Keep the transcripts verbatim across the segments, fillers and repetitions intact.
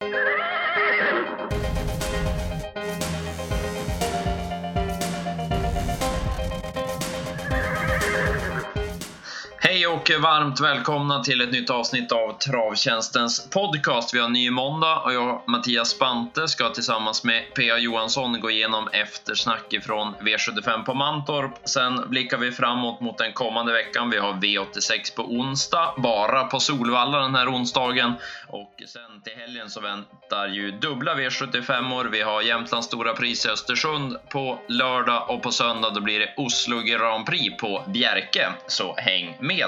Hej och varmt välkomna till ett nytt avsnitt av Travtjänstens podcast. Vi har en ny måndag och jag, Mattias Spante, ska tillsammans med P A Johansson gå igenom eftersnack ifrån V sjuttiofem på Mantorp. Sen blickar vi framåt mot den kommande veckan. Vi har V åttiosex på onsdag, bara på Solvalla den här onsdagen. Och sen till helgen så väntar ju dubbla V sjuttiofem-år. Vi har Jämtlands stora pris i Östersund på lördag och på söndag då blir det Oslo Grand Prix på Bjerke. Så häng med!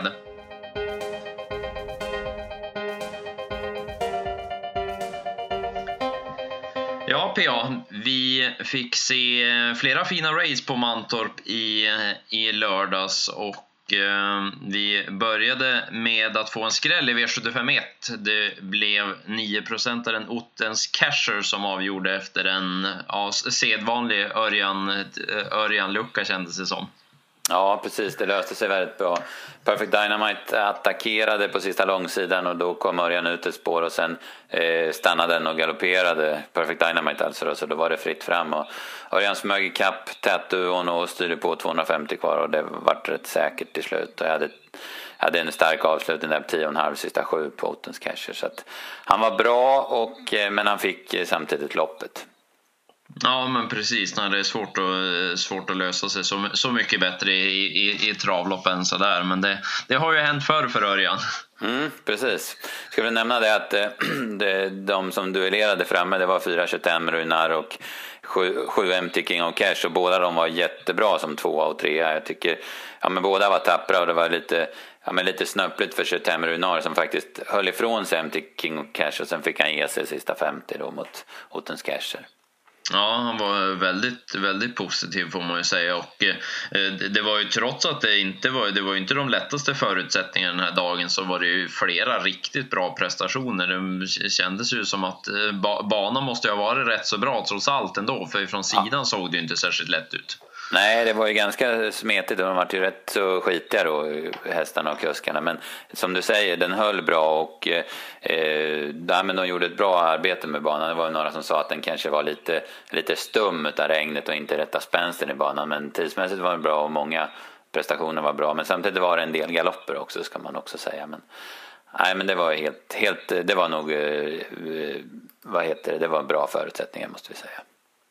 Ja, P A, vi fick se flera fina race på Mantorp i, i lördags och eh, vi började med att få en skräll i V sjuttiofem ett. Det blev nio procentaren Ottens Casher som avgjorde efter en ja, sedvanlig Örjan, Örjan-lucka kändes det som. Ja, precis. Det löste sig väldigt bra. Perfect Dynamite attackerade på sista långsidan och då kom Örjan ut ett spår och sen eh, stannade den och galopperade Perfect Dynamite alltså då, så då var det fritt fram och Örjan smög i kapp Tattoo och styrde på tvåhundrafemtio kvar och det var rätt säkert till slut och jag hade, jag hade en stark avslutning där på tio och en halv sista sju på Ottens Casher så att han var bra och, men han fick samtidigt loppet. Ja, men precis. Nej, det är svårt att, svårt att lösa sig så, så mycket bättre i, i, i travlopp än så där. Men det, det har ju hänt förr för Örjan. Mm, precis. Ska vi nämna det att det, de som duellerade framme, det var fyra tjugofem Runar och sju M T King of Cash och båda de var jättebra som tvåa och trea. Jag tycker, ja men båda var tappra och det var lite, ja men lite snöppligt för tjugofem Runar som faktiskt höll ifrån sig M T King of Cash och sen fick han ge sig sista femtio då mot Ottens Casher. Ja, han var väldigt, väldigt positiv får man ju säga och eh, det var ju trots att det inte var, det var ju inte de lättaste förutsättningarna den här dagen så var det ju flera riktigt bra prestationer. Det kändes ju som att eh, ba- banan måste ju ha varit rätt så bra trots allt ändå för från sidan ja. Såg det ju inte särskilt lätt ut. Nej, det var ju ganska smetigt och de var ju rätt så skitiga då, hästarna och kuskarna. Men som du säger, den höll bra och eh, där, men de gjorde ett bra arbete med banan. Det var ju några som sa att den kanske var lite, lite stum av regnet och inte rätta spänsten i banan. Men tidsmässigt var den bra och många prestationer var bra. Men samtidigt var det en del galopper också ska man också säga. Men, nej, men det var helt, helt det var nog, eh, vad heter det, det var bra förutsättningar måste vi säga.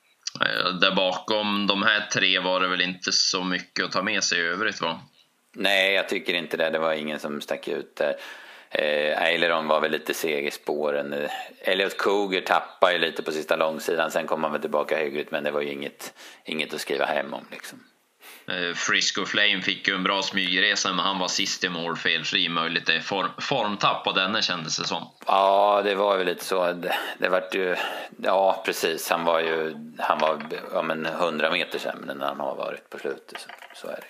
Där bakom de här tre var det väl inte så mycket att ta med sig i övrigt va? Nej, jag tycker inte det. Det var ingen som stack ut där. Eh, Eileron var väl lite seg i spåren. Elliot Cougar tappade ju lite på sista långsidan. Sen kom han väl tillbaka hyggligt. Men det var ju inget, inget att skriva hem om liksom. Frisco Flame fick ju en bra smygresa men han var sist i mål felfri möjligt det form, formtapp och denne kändes det som. Ja, det var ju lite så det, det var ju ja precis han var ju han var ja men hundra meter sämre än han har varit på slutet så, så är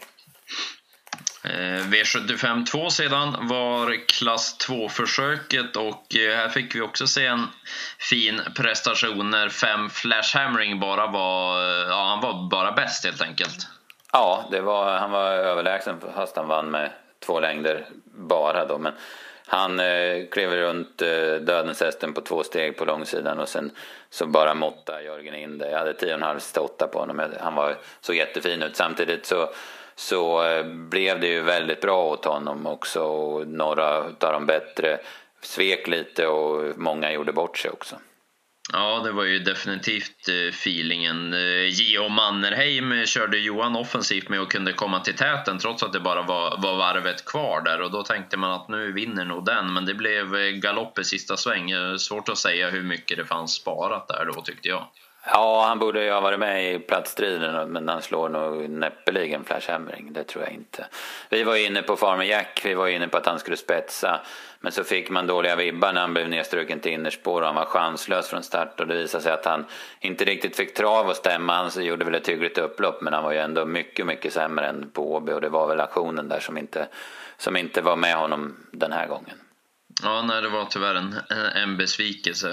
det. V sjuttiofem två sedan var klass två försöket och här fick vi också se en fin prestation när fem Flash Hammering bara var ja han var bara bäst helt enkelt. Ja, det var, han var överlägsen fast han vann med två längder bara då. Men han eh, klev runt eh, dödens hästen på två steg på långsidan och sen så bara måtta Jörgen in det. Jag hade tio och en halv sista åtta på honom. Han var så jättefin ut. Samtidigt så, så eh, blev det ju väldigt bra åt honom också. Och några av de bättre svek lite och många gjorde bort sig också. Ja, det var ju definitivt feelingen. Gio Mannerheim körde Johan offensivt med och kunde komma till täten trots att det bara var, var varvet kvar där. Och då tänkte man att nu vinner nog den. Men det blev galopp i sista sväng. Svårt att säga hur mycket det fanns sparat där då tyckte jag. Ja, han borde ju ha varit med i platsstriden men han slår nog näppeligen Flash Hammering, det tror jag inte. Vi var inne på Farmer Jack, vi var inne på att han skulle spetsa. Men så fick man dåliga vibbar när han blev nedstruken till innerspår och han var chanslös från start. Och det visade sig att han inte riktigt fick trav och stämma. Han så gjorde väl ett hyggligt upplopp men han var ju ändå mycket, mycket sämre än på Åby. Och det var väl aktionen där som inte, som inte var med honom den här gången. Ja, nej, det var tyvärr en, en besvikelse och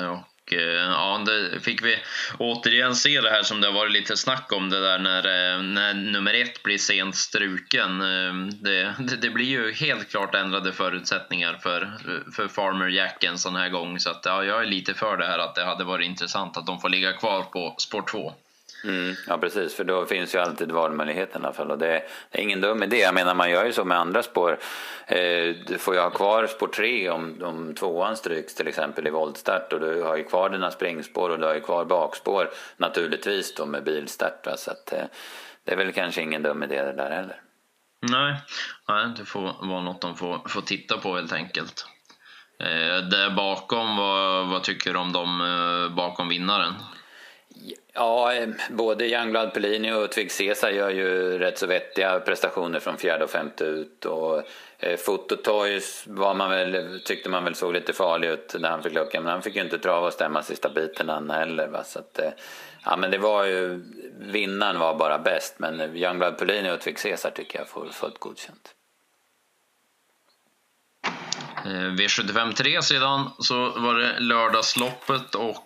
ja, det fick vi återigen se det här som det har varit lite snack om det där när, när nummer ett blir sent struken. Det, det blir ju helt klart ändrade förutsättningar för, för Farmer Jack en sån här gång. Så att, ja, jag är lite för det här att det hade varit intressant att de får ligga kvar på spår två. Mm, ja precis, för då finns ju alltid valmöjligheten i alla fall, och det är, det är ingen dum idé. Jag menar, man gör ju så med andra spår. eh, Du får ju ha kvar spår tre om, om tvåan stryks till exempel i voltstart, och du har ju kvar dina springspår och du har ju kvar bakspår naturligtvis då med bilstart, va? Så att, eh, det är väl kanske ingen dum idé det där heller. Nej, nej, det får vara något de får, får titta på helt enkelt. eh, Där bakom, vad, vad tycker du om dem eh, bakom vinnaren? Ja, både Youngblood Pellini och Twig Caesar gör ju rätt så vettiga prestationer från fjärde och femte ut, och eh, Fototoys var man väl, tyckte man väl såg lite farlig ut när han fick lucka, men han fick ju inte trava och stämma sista biten han heller, va? Så att, eh, ja, men det var ju, vinnaren var bara bäst, men Youngblood Pellini och Twig Caesar tycker jag får fullt godkänt. V sjuttiofem tre sedan så var det lördagsloppet, och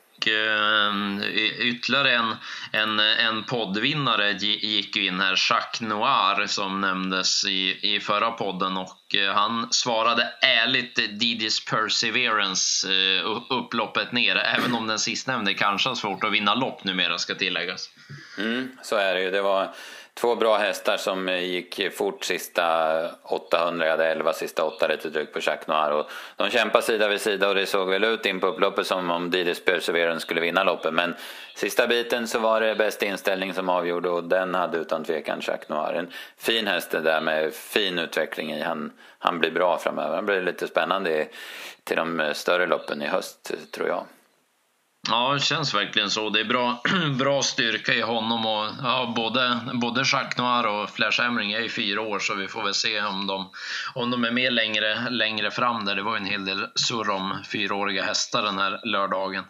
ytterligare en, en, en poddvinnare gick in här, Jacques Noir, som nämndes i, i förra podden, och han svarade ärligt Didis Perseverance upploppet ner, även om den sistnämnde kanske har svårt att vinna lopp numera, ska tilläggas. Mm, så är det ju, det var två bra hästar som gick fort sista åttahundra, jag hade elva sista åtta lite drygt på Jacques Noir, och de kämpade sida vid sida, och det såg väl ut in på upploppet som om Didis Perseverance skulle vinna loppet, men sista biten så var det bäst inställning som avgjorde, och den hade utan tvekan Jacques Noir. En fin häst det där med fin utveckling i, han, han blir bra framöver, han blir lite spännande till de större loppen i höst, tror jag. Ja, det känns verkligen så. Det är bra, bra styrka i honom, och ja, både, både Jacques Noir och Flash Emring är ju fyra år, så vi får väl se om de, om de är med längre, längre fram där. Det var en hel del surr om fyraåriga hästar den här lördagen.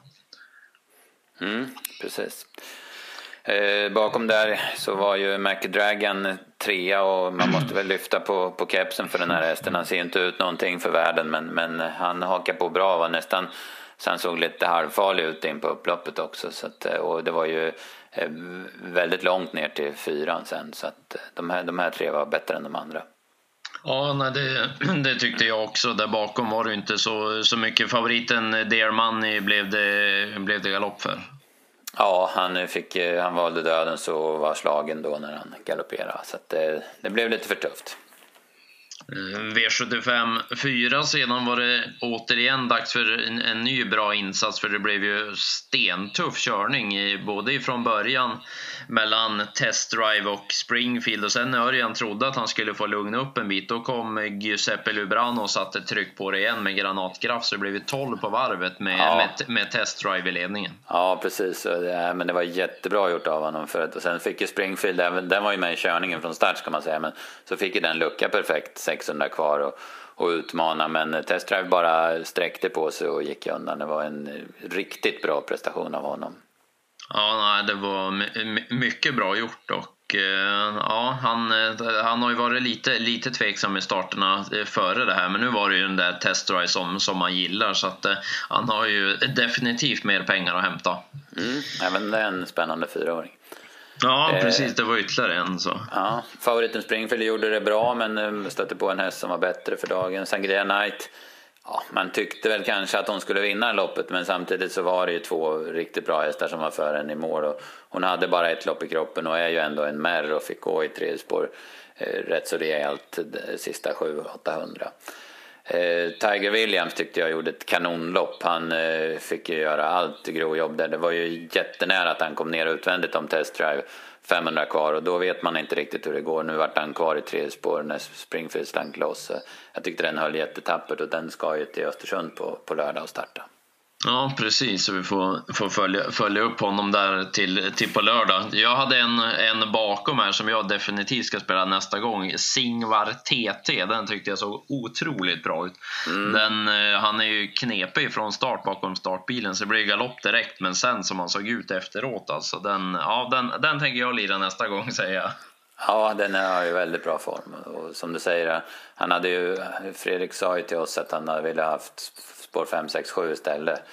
Mm, precis. Eh, bakom där så var ju McDragon trea, och man måste väl lyfta på, på kepsen för den här hästen. Han ser inte ut någonting för världen, men, men han hakar på bra, var nästan. Så han såg lite halvfarlig ut in på upploppet också, så att, och det var ju väldigt långt ner till fyran sen, så att de här, de här tre var bättre än de andra. Ja, nej, det, det tyckte jag också. Där bakom var det inte så, så mycket. Favoriten Dear Money blev det, blev det galopp för. Ja, han, fick, han valde döden, så var slagen då när han galopperade, så att det, det blev lite för tufft. V sjuttiofem fyra sedan var det återigen dags för en, en ny bra insats, för det blev ju stentuff körning i, både ifrån början mellan Test Drive och Springfield, och sen när Örjan trodde att han skulle få lugna upp en bit, då kom Giuseppe Lubrano och satte tryck på det igen med granatkraft, så det blev tolv på varvet med, ja. med, med Test Drive i ledningen. Ja, precis, men det var jättebra gjort av honom, för att, och sen fick ju Springfield, den var ju med i körningen från start, ska man säga, men så fick ju den lucka perfekt sexhundra kvar och, och utmana, men Test Drive bara sträckte på sig och gick undan. Det var en riktigt bra prestation av honom. Ja, nej, det var mycket bra gjort, och ja, han, han har ju varit lite, lite tveksam i starterna före det här, men nu var det ju den där Test Drive som, som man gillar, så att han har ju definitivt mer pengar att hämta. Mm, även det är en spännande fyraåring. Ja, precis, det var ytterligare en så. Ja, favoriten Springfield gjorde det bra, men stötte på en häst som var bättre för dagen. Sangria Knight, ja, man tyckte väl kanske att hon skulle vinna loppet, men samtidigt så var det ju två riktigt bra hästar som var före henne i mål, och hon hade bara ett lopp i kroppen och är ju ändå en märr och fick gå i tre spår eh, rätt så rejält de sista sju åttahundra. Eh, Tiger Williams tyckte jag gjorde ett kanonlopp. Han eh, fick ju göra allt grovjobb där. Det var ju jättenära att han kom ner utvändigt om Test Drive, femhundra kvar, och då vet man inte riktigt hur det går. Nu vart han kvar i tre spår när Springfield slank loss. Jag tyckte den höll jättetappert, och den ska ju till Östersund på, på lördag och starta. Ja, precis, så vi får, får följa, följa upp honom där till, till på lördag. Jag hade en, en bakom här som jag definitivt ska spela nästa gång, Singvar T T. Den tyckte jag såg otroligt bra ut. Mm. Den, han är ju knepig från start bakom startbilen, så det blir galopp direkt, men sen som han såg ut efteråt, alltså, den, ja, den, den tänker jag lira nästa gång, säger jag. Ja, den är ju väldigt bra form, och som du säger, han hade ju, Fredrik sa ju till oss att han hade velat haft spår fem, sex, sju istället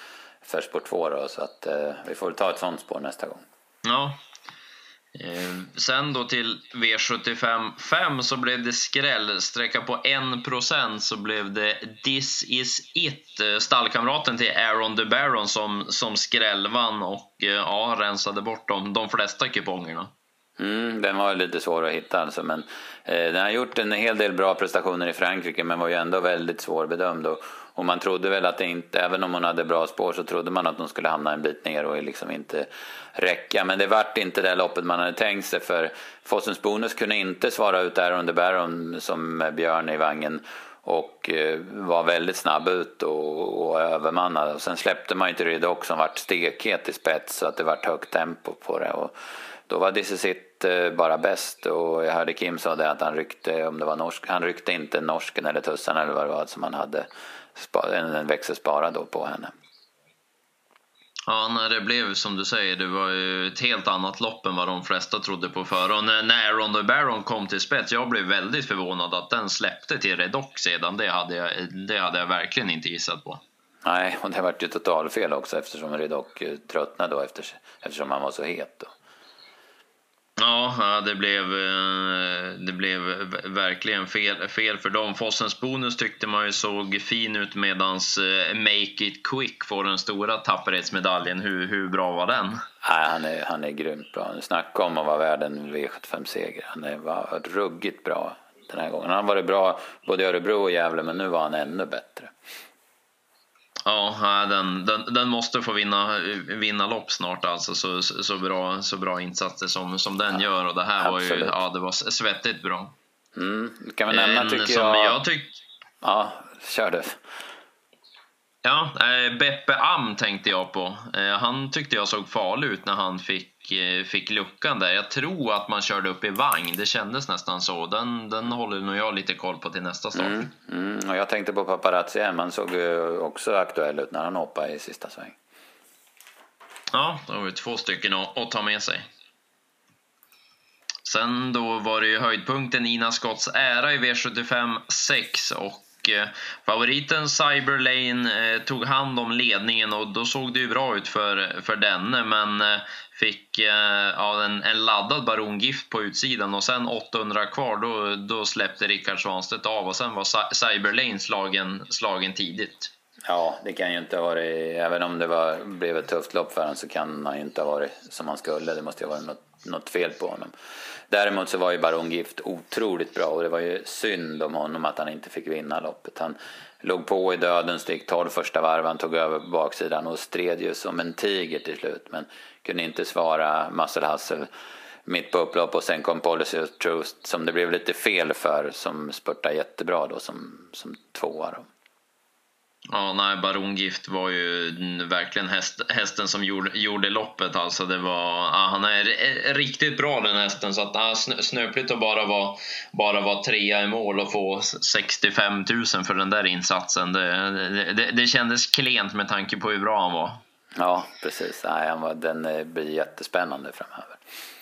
för spår två då, så att eh, vi får ta ett sånt spår nästa gång. Ja. Eh, sen då till V sjuttiofem fem så blev det skräll, sträcka på en procent så blev det This Is It, eh, stallkamraten till Aaron the Baron som, som skrällvann och eh, ja, rensade bort de, de flesta kupongerna. Mm, den var lite svår att hitta alltså, men eh, den har gjort en hel del bra prestationer i Frankrike, men var ju ändå väldigt svårbedömd och, och man trodde väl att det inte, även om hon hade bra spår så trodde man att hon skulle hamna en bit ner och liksom inte räcka, men det vart inte det loppet man hade tänkt sig, för Fossens Bonus kunde inte svara ut Aaron the Baron som Björn i vagnen och eh, var väldigt snabb ut och, och övermannad, och sen släppte man inte Ryddock som vart stekhet i spets så att det vart högt tempo på det, och då var This Is It bara bäst, och jag hörde Kim sa det att han ryckte, om det var norsk, han ryckte inte norsken eller tussan eller vad det var som han hade en, en växel sparad då på henne. Ja, när det blev som du säger, det var ju ett helt annat lopp än vad de flesta trodde på förr. Och när, när Aaron the Baron kom till spets, jag blev väldigt förvånad att den släppte till Redock sedan. Det hade jag, det hade jag verkligen inte gissat på. Nej, och det var ju totalfel också eftersom Redock tröttnade då efter, eftersom han var så het då. Ja, det blev, det blev verkligen fel, fel för dem. Fossens Bonus tyckte man ju såg fin ut, medans Make It Quick får den stora tapperhetsmedaljen. Hur, hur bra var den? Nej, han är, han är grymt bra. Snacka om att vara värd en V sjuttiofem-seger. Han är, var ruggigt bra den här gången. Han var bra både i Örebro och Gävle, men nu var han ännu bättre. Ja, den, den, den måste få vinna, vinna lopp snart alltså, så, så, bra, så bra insatser som, som den ja, gör, och det här absolut. var ju, ja, det var svettigt bra. Mm, kan vi nämna en, tycker som jag... jag tyck... Ja, kör du. Ja, eh, Beppe Am tänkte jag på. Eh, han tyckte jag såg farlig ut när han fick, eh, fick luckan där. Jag tror att man körde upp i vagn. Det kändes nästan så. Den, den håller nog jag lite koll på till nästa start. Mm, mm, och jag tänkte på Paparazzi. Han såg också aktuell ut när han hoppade i sista sväng. Ja, då har vi två stycken att, att ta med sig. Sen då var det ju höjdpunkten Ina Scotts ära i V sjuttiofem sex, och favoriten Cyberlane eh, tog hand om ledningen, och då såg det ju bra ut för, för denne, men eh, fick eh, ja, en, en laddad barongift på utsidan, och sen åttahundra kvar, då, då släppte Rickard Svanstedt av, och sen var Cyberlane slagen, slagen tidigt. Ja, det kan ju inte ha varit, även om det var, blev ett tufft lopp för honom, så kan han ju inte ha varit som han skulle. Det måste ju ha varit något, något fel på honom. Däremot så var ju Baron Gift otroligt bra, och det var ju synd om honom att han inte fick vinna loppet. Han låg på i döden, steg tolv första varv, han tog över på baksidan och stred ju som en tiger till slut, men kunde inte svara Muscle Hustle mitt på upplopp, och sen kom Policy of Truth som det blev lite fel för, som spurtade jättebra då som, som tvåa då. Ja, nej, Barongift var ju verkligen häst, hästen som gjorde, gjorde loppet. Alltså det var, ja, han är riktigt bra den hästen, så att ja, snöpligt att bara vara bara var trea i mål och få sextiofem tusen för den där insatsen. Det, det, det kändes klent med tanke på hur bra han var. Ja, precis. Nej, han var, den blir jättespännande framöver.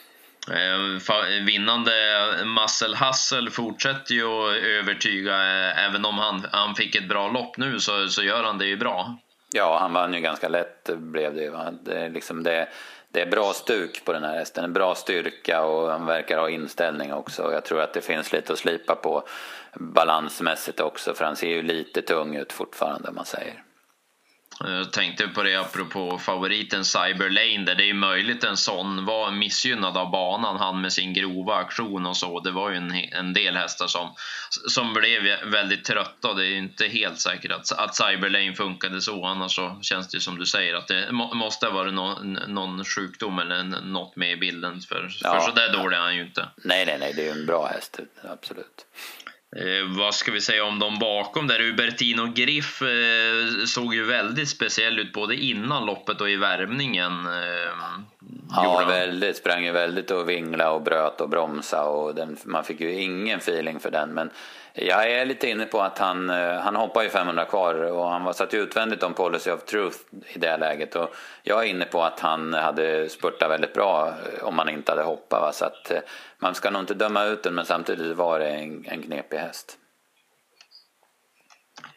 Vinnande Muscle Hustle fortsätter ju att övertyga. Även om han, han fick ett bra lopp nu, så, så gör han det ju bra. Ja, han vann ju ganska lätt, blev det, va? Det, är liksom det, det är bra stuk på den här hästen, en bra styrka, och han verkar ha inställning också. Jag tror att det finns lite att slipa på balansmässigt också, för han ser ju lite tung ut fortfarande, man säger. Jag tänkte på det apropå favoriten Cyberlane, där det är möjligt en sån var missgynnad av banan, han med sin grova aktion och så. Det var ju en, en del hästar som, som blev väldigt trötta, och det är inte helt säkert att, att Cyberlane funkade så. Annars så känns det som du säger att det må, måste ha varit någon, någon sjukdom eller något med i bilden, för, ja, för så där dålig är han ju inte. Nej, nej, nej, det är ju en bra häst, absolut. Eh, vad ska vi säga om dem bakom där? Ubertino Griff eh, såg ju väldigt speciell ut både innan loppet och i värmningen. Eh, ja, väldigt, sprang ju väldigt och vingla och bröt och bromsa, och den, man fick ju ingen feeling för den, men jag är lite inne på att han, han hoppar ju femhundra kvar, och han var satt utvändigt om Policy of Truth i det läget, och jag är inne på att han hade spurtat väldigt bra om han inte hade hoppat, va? Så att man ska nog inte döma ut den, men samtidigt var det en, en knepig häst.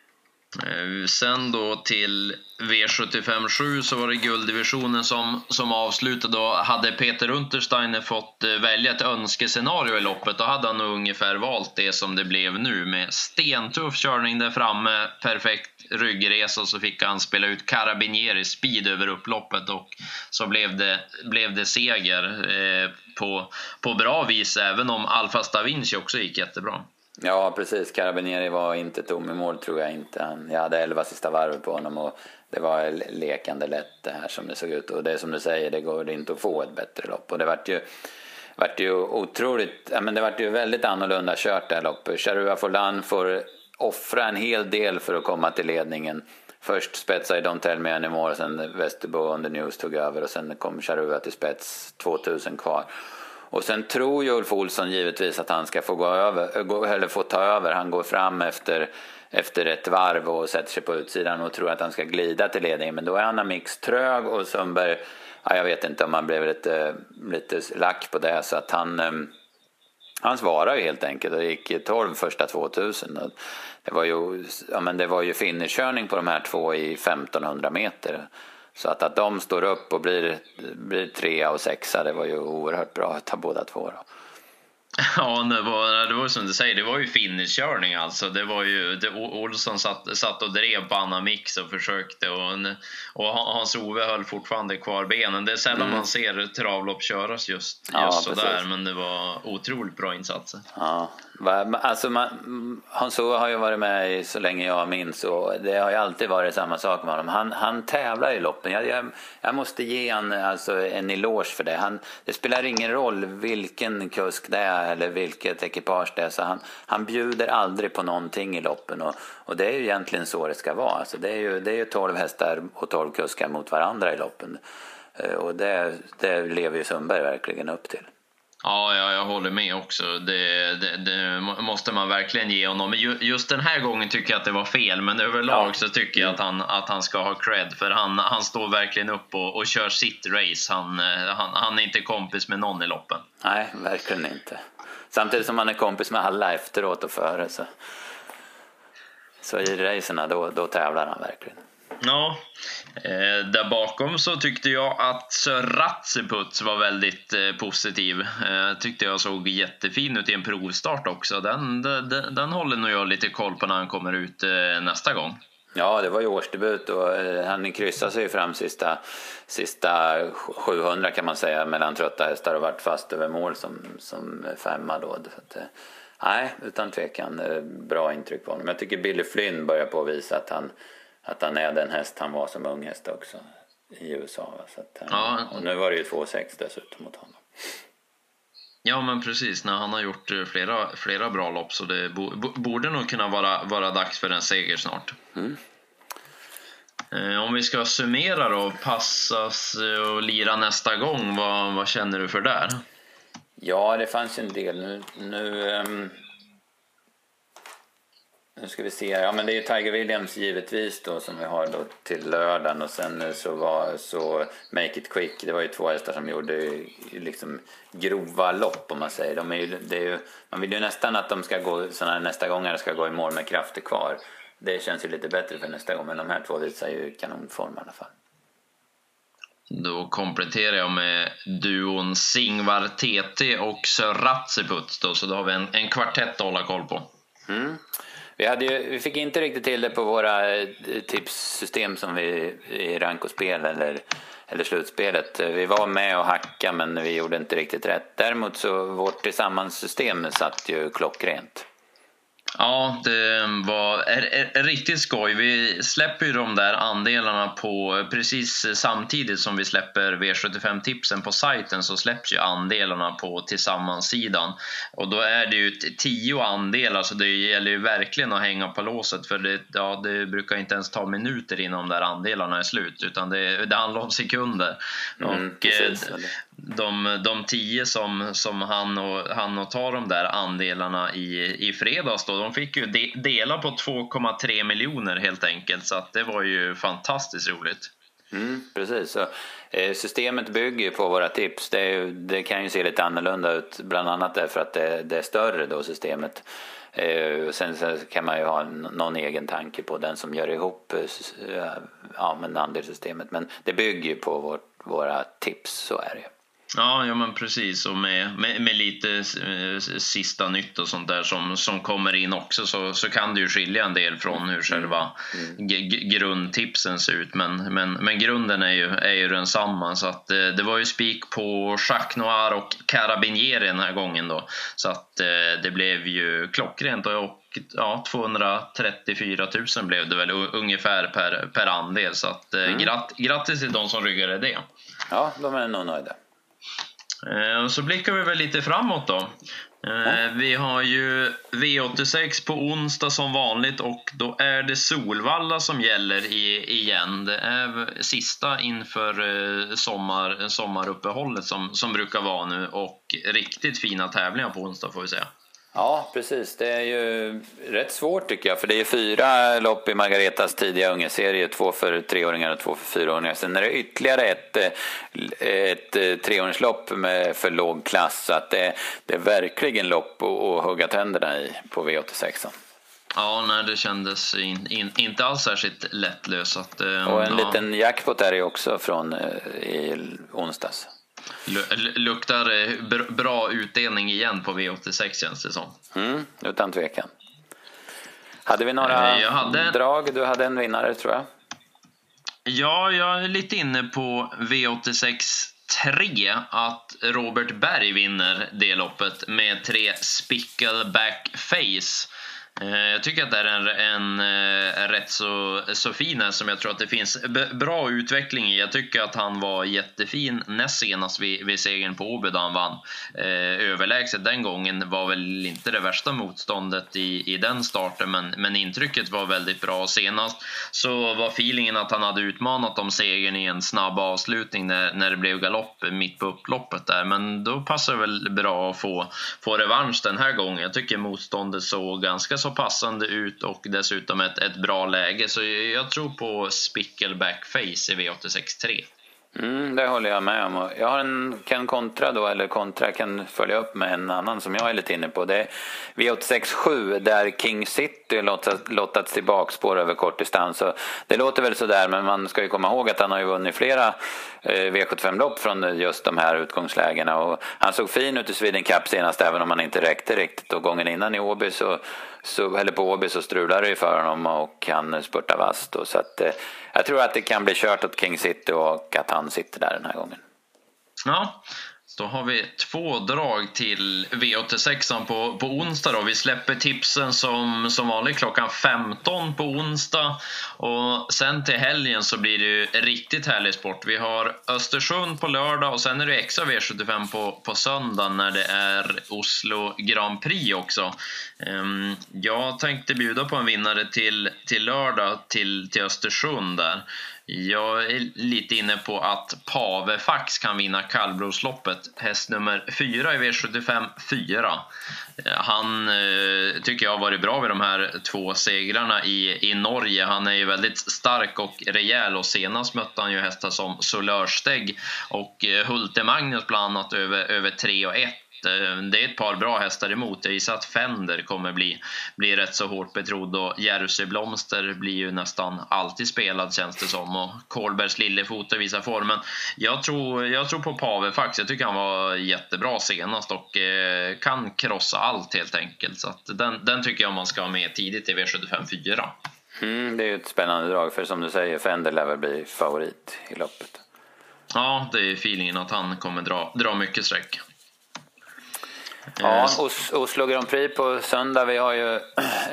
Sen då till V sjuttiofem sju så var det gulddivisionen som, som avslutade. Då hade Peter Untersteiner fått välja ett önskescenario i loppet, då hade han nog ungefär valt det som det blev nu, med stentuff körning där framme, perfekt ryggresa, och så fick han spela ut Carabinieri speed över upploppet, och så blev det, blev det seger eh, på, på bra vis, även om Alfa Stavinci också gick jättebra. Ja, precis. Carabinieri var inte tom i mål, tror jag inte. Han, jag hade elva sista varv på honom och det var lekande lätt det här som det såg ut. Och det är som du säger, det går inte att få ett bättre lopp. Och det vart ju, vart ju otroligt, ja, men det vart ju väldigt annorlunda kört det här loppet. Charua Forlan får offra en hel del för att komma till ledningen. Först spetsade Don't Tell Me Anymore, sen Västerbo on the News tog över och sen kom Charua till spets, tvåtusen kvar. Och sen tror ju Ulf Olsson givetvis att han ska få gå över, gå, eller få ta över. Han går fram efter, efter ett varv och sätter sig på utsidan och tror att han ska glida till ledningen. Men då är Anna Mix trög och Sundberg, ja, jag vet inte om han blev lite, lite lack på det. Så att han, han svarade ju helt enkelt och gick tolv första tvåtusen. Och det var ju, ja, men det var ju finishkörning på de här två i femtonhundra meter. Så att, att de står upp och blir, blir trea och sexa, det var ju oerhört bra att ta båda två då. Ja, det var, det var som du säger, det var ju finishkörning alltså. Det var ju, det, Olsson satt, satt och drev på Anna Mix och försökte, och, och Hans-Ove höll fortfarande kvar benen. Det är sällan mm. man ser travlopp köras just, just ja, sådär, men det var otroligt bra insatser. Ja, alltså man, Hans-Ove har ju varit med i så länge jag minns, och det har ju alltid varit samma sak med honom. Han, han tävlar i loppen. Jag, jag, jag måste ge han alltså en eloge för det. Han, det spelar ingen roll vilken kusk det är eller vilket ekipage det är, så han, han bjuder aldrig på någonting i loppen, och, och det är ju egentligen så det ska vara. Alltså det är ju, det är ju tolv hästar och tolv kuskar mot varandra i loppen, och det, det lever ju Sundberg verkligen upp till. Ja, ja, jag håller med också. Det, det, det måste man verkligen ge honom. Just den här gången tycker jag att det var fel, men överlag ja. så tycker jag att han, att han ska ha cred, för han, han står verkligen upp och, och kör sitt race. Han, han, han är inte kompis med någon i loppen. Nej, verkligen inte. Samtidigt som han är kompis med alla efteråt och före, så, så i racerna då, då tävlar han verkligen. Ja, eh, där bakom så tyckte jag att Sir Ratsiputs var väldigt eh, positiv. eh, Tyckte jag såg jättefin ut i en provstart också. Den, den, den håller nog jag lite koll på när han kommer ut eh, nästa gång. Ja, det var ju årsdebut och eh, han kryssade sig fram sista, sista sjuhundra kan man säga mellan trötta hästar och varit fast över mål som, som femma då. Så att, eh, nej, utan tvekan eh, bra intryck på honom. Jag tycker Billy Flynn börjar på att visa att han Att han är den häst han var som ung häst också i U S A. Så att, ja. Och nu var det ju två sex dessutom mot honom. Ja, men precis. När han har gjort flera, flera bra lopp, så det bo, borde nog kunna vara, vara dags för en seger snart. Mm. Eh, om vi ska summera då, passas och lira nästa gång, vad, vad känner du för där? Ja, det fanns en del. Nu... nu um... Nu ska vi se. Ja, men det är ju Tiger Williams givetvis då som vi har då till lördagen, och sen så var så Make It Quick. Det var ju två hästar som gjorde liksom grova lopp, om man säger. De är ju, det är ju, man vill ju nästan att de ska gå såna här nästa gång ska gå i mål med krafter kvar. Det känns ju lite bättre för nästa gång, men de här två visar ju kanonform i alla fall. Då kompletterar jag med duon Singvar T T och Sir Ratsiputs då, så då har vi en, en kvartett att hålla koll på. Mm. Vi, hade ju, vi fick inte riktigt till det på våra tipssystem som vi i rankospel eller, eller slutspelet. Vi var med och hacka, men vi gjorde inte riktigt rätt. Däremot så vårt tillsammans-system satt ju klockrent. Ja, det var är, är, är riktigt skoj. Vi släpper ju de där andelarna på precis samtidigt som vi släpper V sjuttiofem tipsen på sajten, så släpps ju andelarna på tillsammans-sidan. Och då är det ju tio andelar, så det gäller ju verkligen att hänga på låset, för det, ja, det brukar inte ens ta minuter innan de där andelarna är slut, utan det, det handlar om sekunder. Mm, och precis, de, de tio som, som han, och, han och tar de där andelarna i, i fredags då, de fick ju de, dela på två komma tre miljoner helt enkelt, så att det var ju fantastiskt roligt. Mm, precis, så, eh, systemet bygger på våra tips. Det, är ju, det kan ju se lite annorlunda ut, bland annat därför att det, det är större då systemet. Eh, sen så kan man ju ha någon egen tanke på den som gör ihop eh, ja, men andelssystemet. Men det bygger ju på vårt, våra tips, så är det. Ja, ja men precis, och med, med, med lite eh, sista nytt och sånt där som, som kommer in också, så, så kan det ju skilja en del från hur själva mm. g- g- grundtipsen ser ut, men, men, men grunden är ju, är ju densamma, så att eh, det var ju spik på Jacques Noir och Carabinieri den här gången då, så att eh, det blev ju klockrent, och ja, tvåhundratrettiofyra tusen blev det väl ungefär per, per andel, så att eh, mm. gratt, grattis till de som ryggade det. Ja, de är nog nöjda. Eh, så blickar vi väl lite framåt då. Eh, vi har ju V åttiosex på onsdag som vanligt, och då är det Solvalla som gäller i, igen. Det är sista inför eh, sommar, sommaruppehållet som, som brukar vara nu, och riktigt fina tävlingar på onsdag får vi säga. Ja, precis. Det är ju rätt svårt tycker jag, för det är fyra lopp i Margaretas tidiga ungeserie, två för treåringar och två för fyraåringar. Sen är det ytterligare ett, ett treåringslopp med för låg klass, så att det, det är verkligen lopp att hugga tänderna i på V åttiosex. Ja, nej, det kändes in, in, inte alls särskilt lättlösat. Och en ja. liten jackpot är det också från i onsdags. Luktar bra utdelning igen på V åttiosex, känns det som. Mm, utan tvekan. Hade vi några jag hade... drag? Du hade en vinnare, tror jag. Ja, jag är lite inne på V åttiosex tre, att Robert Berg vinner det loppet med tre Spickleback Face. Jag tycker att det är en, en, en rätt så, så fin här, som jag tror att det finns bra utveckling i. Jag tycker att han var jättefin näst senast vid, vid segern på Åby, då han vann eh, överlägset den gången. Var väl inte det värsta motståndet i, i den starten, men, men intrycket var väldigt bra. Senast så var feelingen att han hade utmanat om segern i en snabb avslutning när, när det blev galopp mitt på upploppet där. Men då passar det väl bra att få, få revansch den här gången. Jag tycker motståndet såg ganska så passande ut, och dessutom ett, ett bra läge, så jag tror på Spickleback Face i V åttiosex tre. Mm, det håller jag med om. Jag har en, kan kontra då, eller kontra kan följa upp med en annan som jag är lite inne på. Det är V åttiosex sju, där King City lottats, lottats till bakspår över kort distans. Så det låter väl sådär, men man ska ju komma ihåg att han har ju vunnit flera eh, V sjuttiofem-lopp från just de här utgångslägena. Och han såg fin ut i Sweden Cup senast, även om han inte räckte riktigt. Och gången innan i Åby så, så, eller på Åby så strulade det ju för honom, och han spurtar vast. Så att eh, jag tror att det kan bli kört åt King City, och att han sitter där den här gången. Ja, då har vi två drag till V åttiosex på, på onsdag då. Vi släpper tipsen som, som vanligt klockan femton på onsdag. Och sen till helgen så blir det ju riktigt härlig sport. Vi har Östersund på lördag, och sen är det extra V sjuttiofem på, på söndag när det är Oslo Grand Prix också. Um, jag tänkte bjuda på en vinnare till, till lördag till, till Östersund där. Jag är lite inne på att Pave Fax kan vinna kallblodsloppet, häst nummer fyra i V sjuttiofem fyra. Han eh, tycker jag har varit bra vid de här två segrarna i, i Norge. Han är ju väldigt stark och rejäl, och senast mötte han ju hästar som Solörsteg och eh, Hulte Magnus bland annat över, över tre och ett. Det är ett par bra hästar emot. Jag gissar att Fender kommer bli, bli rätt så hårt betrodd, och Jersey Blomster blir ju nästan alltid spelad, känns det som, och Kolbergs Lillefot visar formen. Jag tror, jag tror på Pave Fax. Jag tycker han var jättebra senast, och eh, kan krossa allt helt enkelt, så att den, den tycker jag man ska ha med tidigt i V sjuttiofem fyra. Mm, det är ju ett spännande drag, för som du säger, Fender lär väl bli favorit i loppet. Ja, det är feelingen att han kommer dra, dra mycket sträck. Ja, Os- Oslo Grand Prix på söndag. Vi har ju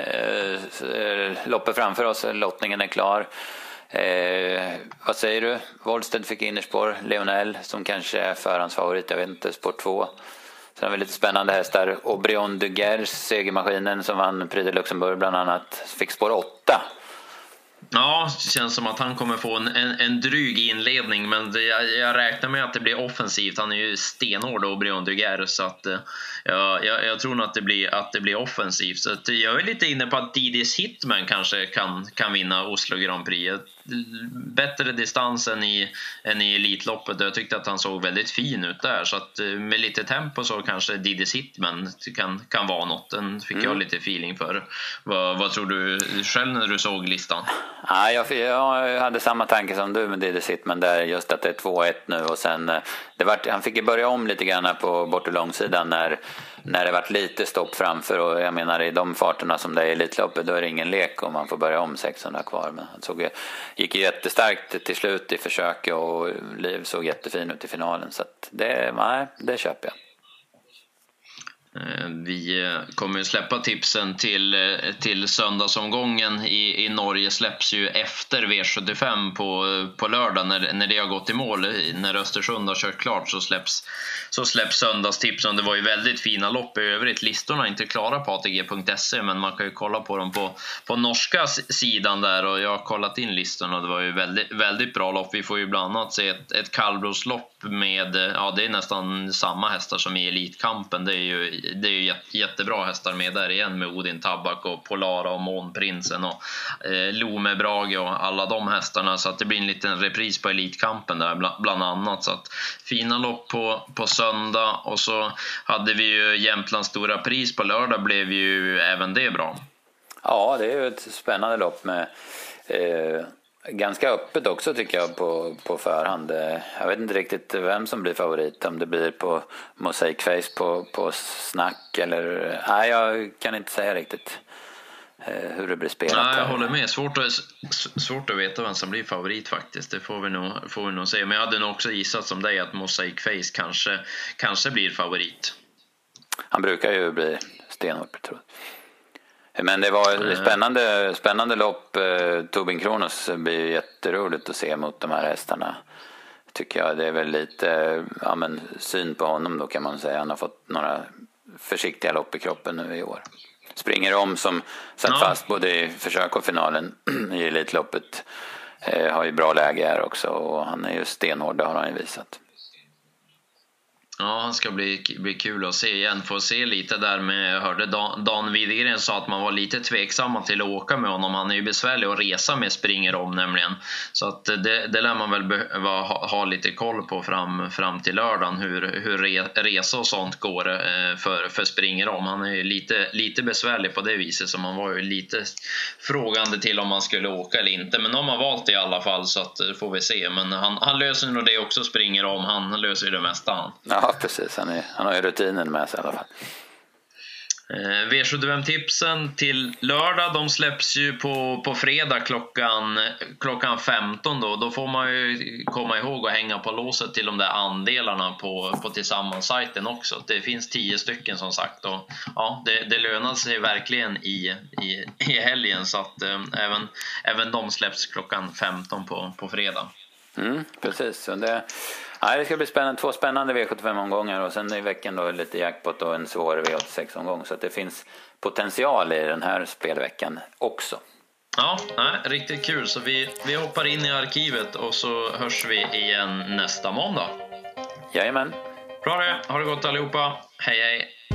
eh, loppet framför oss. Lottningen är klar. Eh, vad säger du? Wollsted fick innerspår. Leonel som kanske är förhandsfavorit. Jag vet inte, spår två. Sen har vi lite spännande hästar. Aubryon de Gers, segermaskinen som vann Prix de Luxemburg bland annat, fick spår åtta. Ja, det känns som att han kommer få en, en, en dryg inledning, men det, jag, jag räknar med att det blir offensivt. Han är ju stenhård och Aubryon de Gers, så att uh, jag, jag, jag tror nog att det blir, att det blir offensivt. Så att jag är lite inne på att D D's Hitman kanske kan, kan vinna Oslo Grand Prix. Jag bättre distans än i, än i Elitloppet. Jag tyckte att han såg väldigt fin ut där, så att med lite tempo så kanske Didi Sittman kan, kan vara något. Den fick mm. jag lite feeling för. Vad, vad tror du själv när du såg listan? Ja, jag, jag hade samma tanke som du med Didi Sittman där, just att det är två ett nu och sen det var, han fick ju börja om lite grann på bort- och långsidan när, när det var lite stopp framför, och jag menar i de farterna som det är i Elitloppet då är det ingen lek om man får börja om sexhundra kvar, men han såg, gick ju jättestarkt till slut i försöket och Liv såg jättefin ut i finalen, så att det, nej, det köper jag. Vi kommer ju släppa tipsen till, till söndagsomgången i, i Norge släpps ju efter V sjuttiofem på, på lördag när, när det har gått i mål. När Östersund har kört klart så släpps, så släpps söndagstipsen. Det var ju väldigt fina lopp i övrigt. Listorna är inte klara på A T G punkt se, men man kan ju kolla på dem på, på norska sidan där, och jag har kollat in listorna. Det var ju väldigt, väldigt bra lopp. Vi får ju bland annat se ett, ett kallblodslopp med, ja det är nästan samma hästar som i Elitkampen. Det är ju Det är ju jättebra hästar med där igen, med Odin Tabak och Polara och Månprinsen och eh, Lome Brage och alla de hästarna, så att det blir en liten repris på Elitkampen där bland, bland annat. Så att fina lopp på, på söndag, och så hade vi ju Jämtlands stora pris på lördag, blev ju även det bra. Ja, det är ju ett spännande lopp med eh... ganska öppet också tycker jag på, på förhand. Jag vet inte riktigt vem som blir favorit, om det blir på Mosaic Face på, på snack eller... Nej, jag kan inte säga riktigt hur det blir spelat. Nej, jag håller med. Svårt att, svårt att veta vem som blir favorit faktiskt. Det får vi nog, får vi nog se. Men jag hade nog också gissat som dig att Mosaic Face kanske, kanske blir favorit. Han brukar ju bli stenhårt, tror jag. Men det var ett spännande, spännande lopp. Tobin Kronos blir jätteroligt att se mot de här hästarna, tycker jag. Det är väl lite ja, men syn på honom då, kan man säga. Han har fått några försiktiga lopp i kroppen nu i år. Springer om som satt ja. fast både i försök och finalen i Elitloppet. Eh, har ju bra läge här också, och han är ju stenhård, det har han ju visat. Ja, han ska bli, bli kul att se igen. Få se lite där med, jag hörde Dan, Dan Widegren sa att man var lite tveksamma till att åka med honom. Han är ju besvärlig att resa med, springer om nämligen. Så att det, det lär man väl behöva ha, ha lite koll på fram, fram till lördagen. Hur, hur re, resa och sånt går eh, för, för springer om. Han är ju lite, lite besvärlig på det viset, så man var ju lite frågande till om man skulle åka eller inte. Men de har valt det i alla fall, så att får vi se. Men han, han löser nog det också, springer om. Han löser ju det mesta han. Ja. Ja, precis. Han, är, han har ju rutinen med sig i alla fall. Eh, V sjuttiofem-tipsen till lördag, de släpps ju på, på fredag klockan, klockan femton då. Då får man ju komma ihåg att hänga på låset till de där andelarna på, på tillsammans-sajten också. Det finns tio stycken som sagt. Och, ja, det, det lönar sig verkligen i, i, i helgen, så att eh, även, även de släpps klockan femton på, på fredag. Mm, precis. Så det... Nej, det ska bli spännande. Två spännande V sjuttiofem-omgångar och sen i veckan då lite jackpot och en svår V åttiosex-omgång. Så att det finns potential i den här spelveckan också. Ja, nej, riktigt kul. Så vi, vi hoppar in i arkivet och så hörs vi igen nästa måndag. Jajamän. Bra det. Ha det gott allihopa. Hej hej.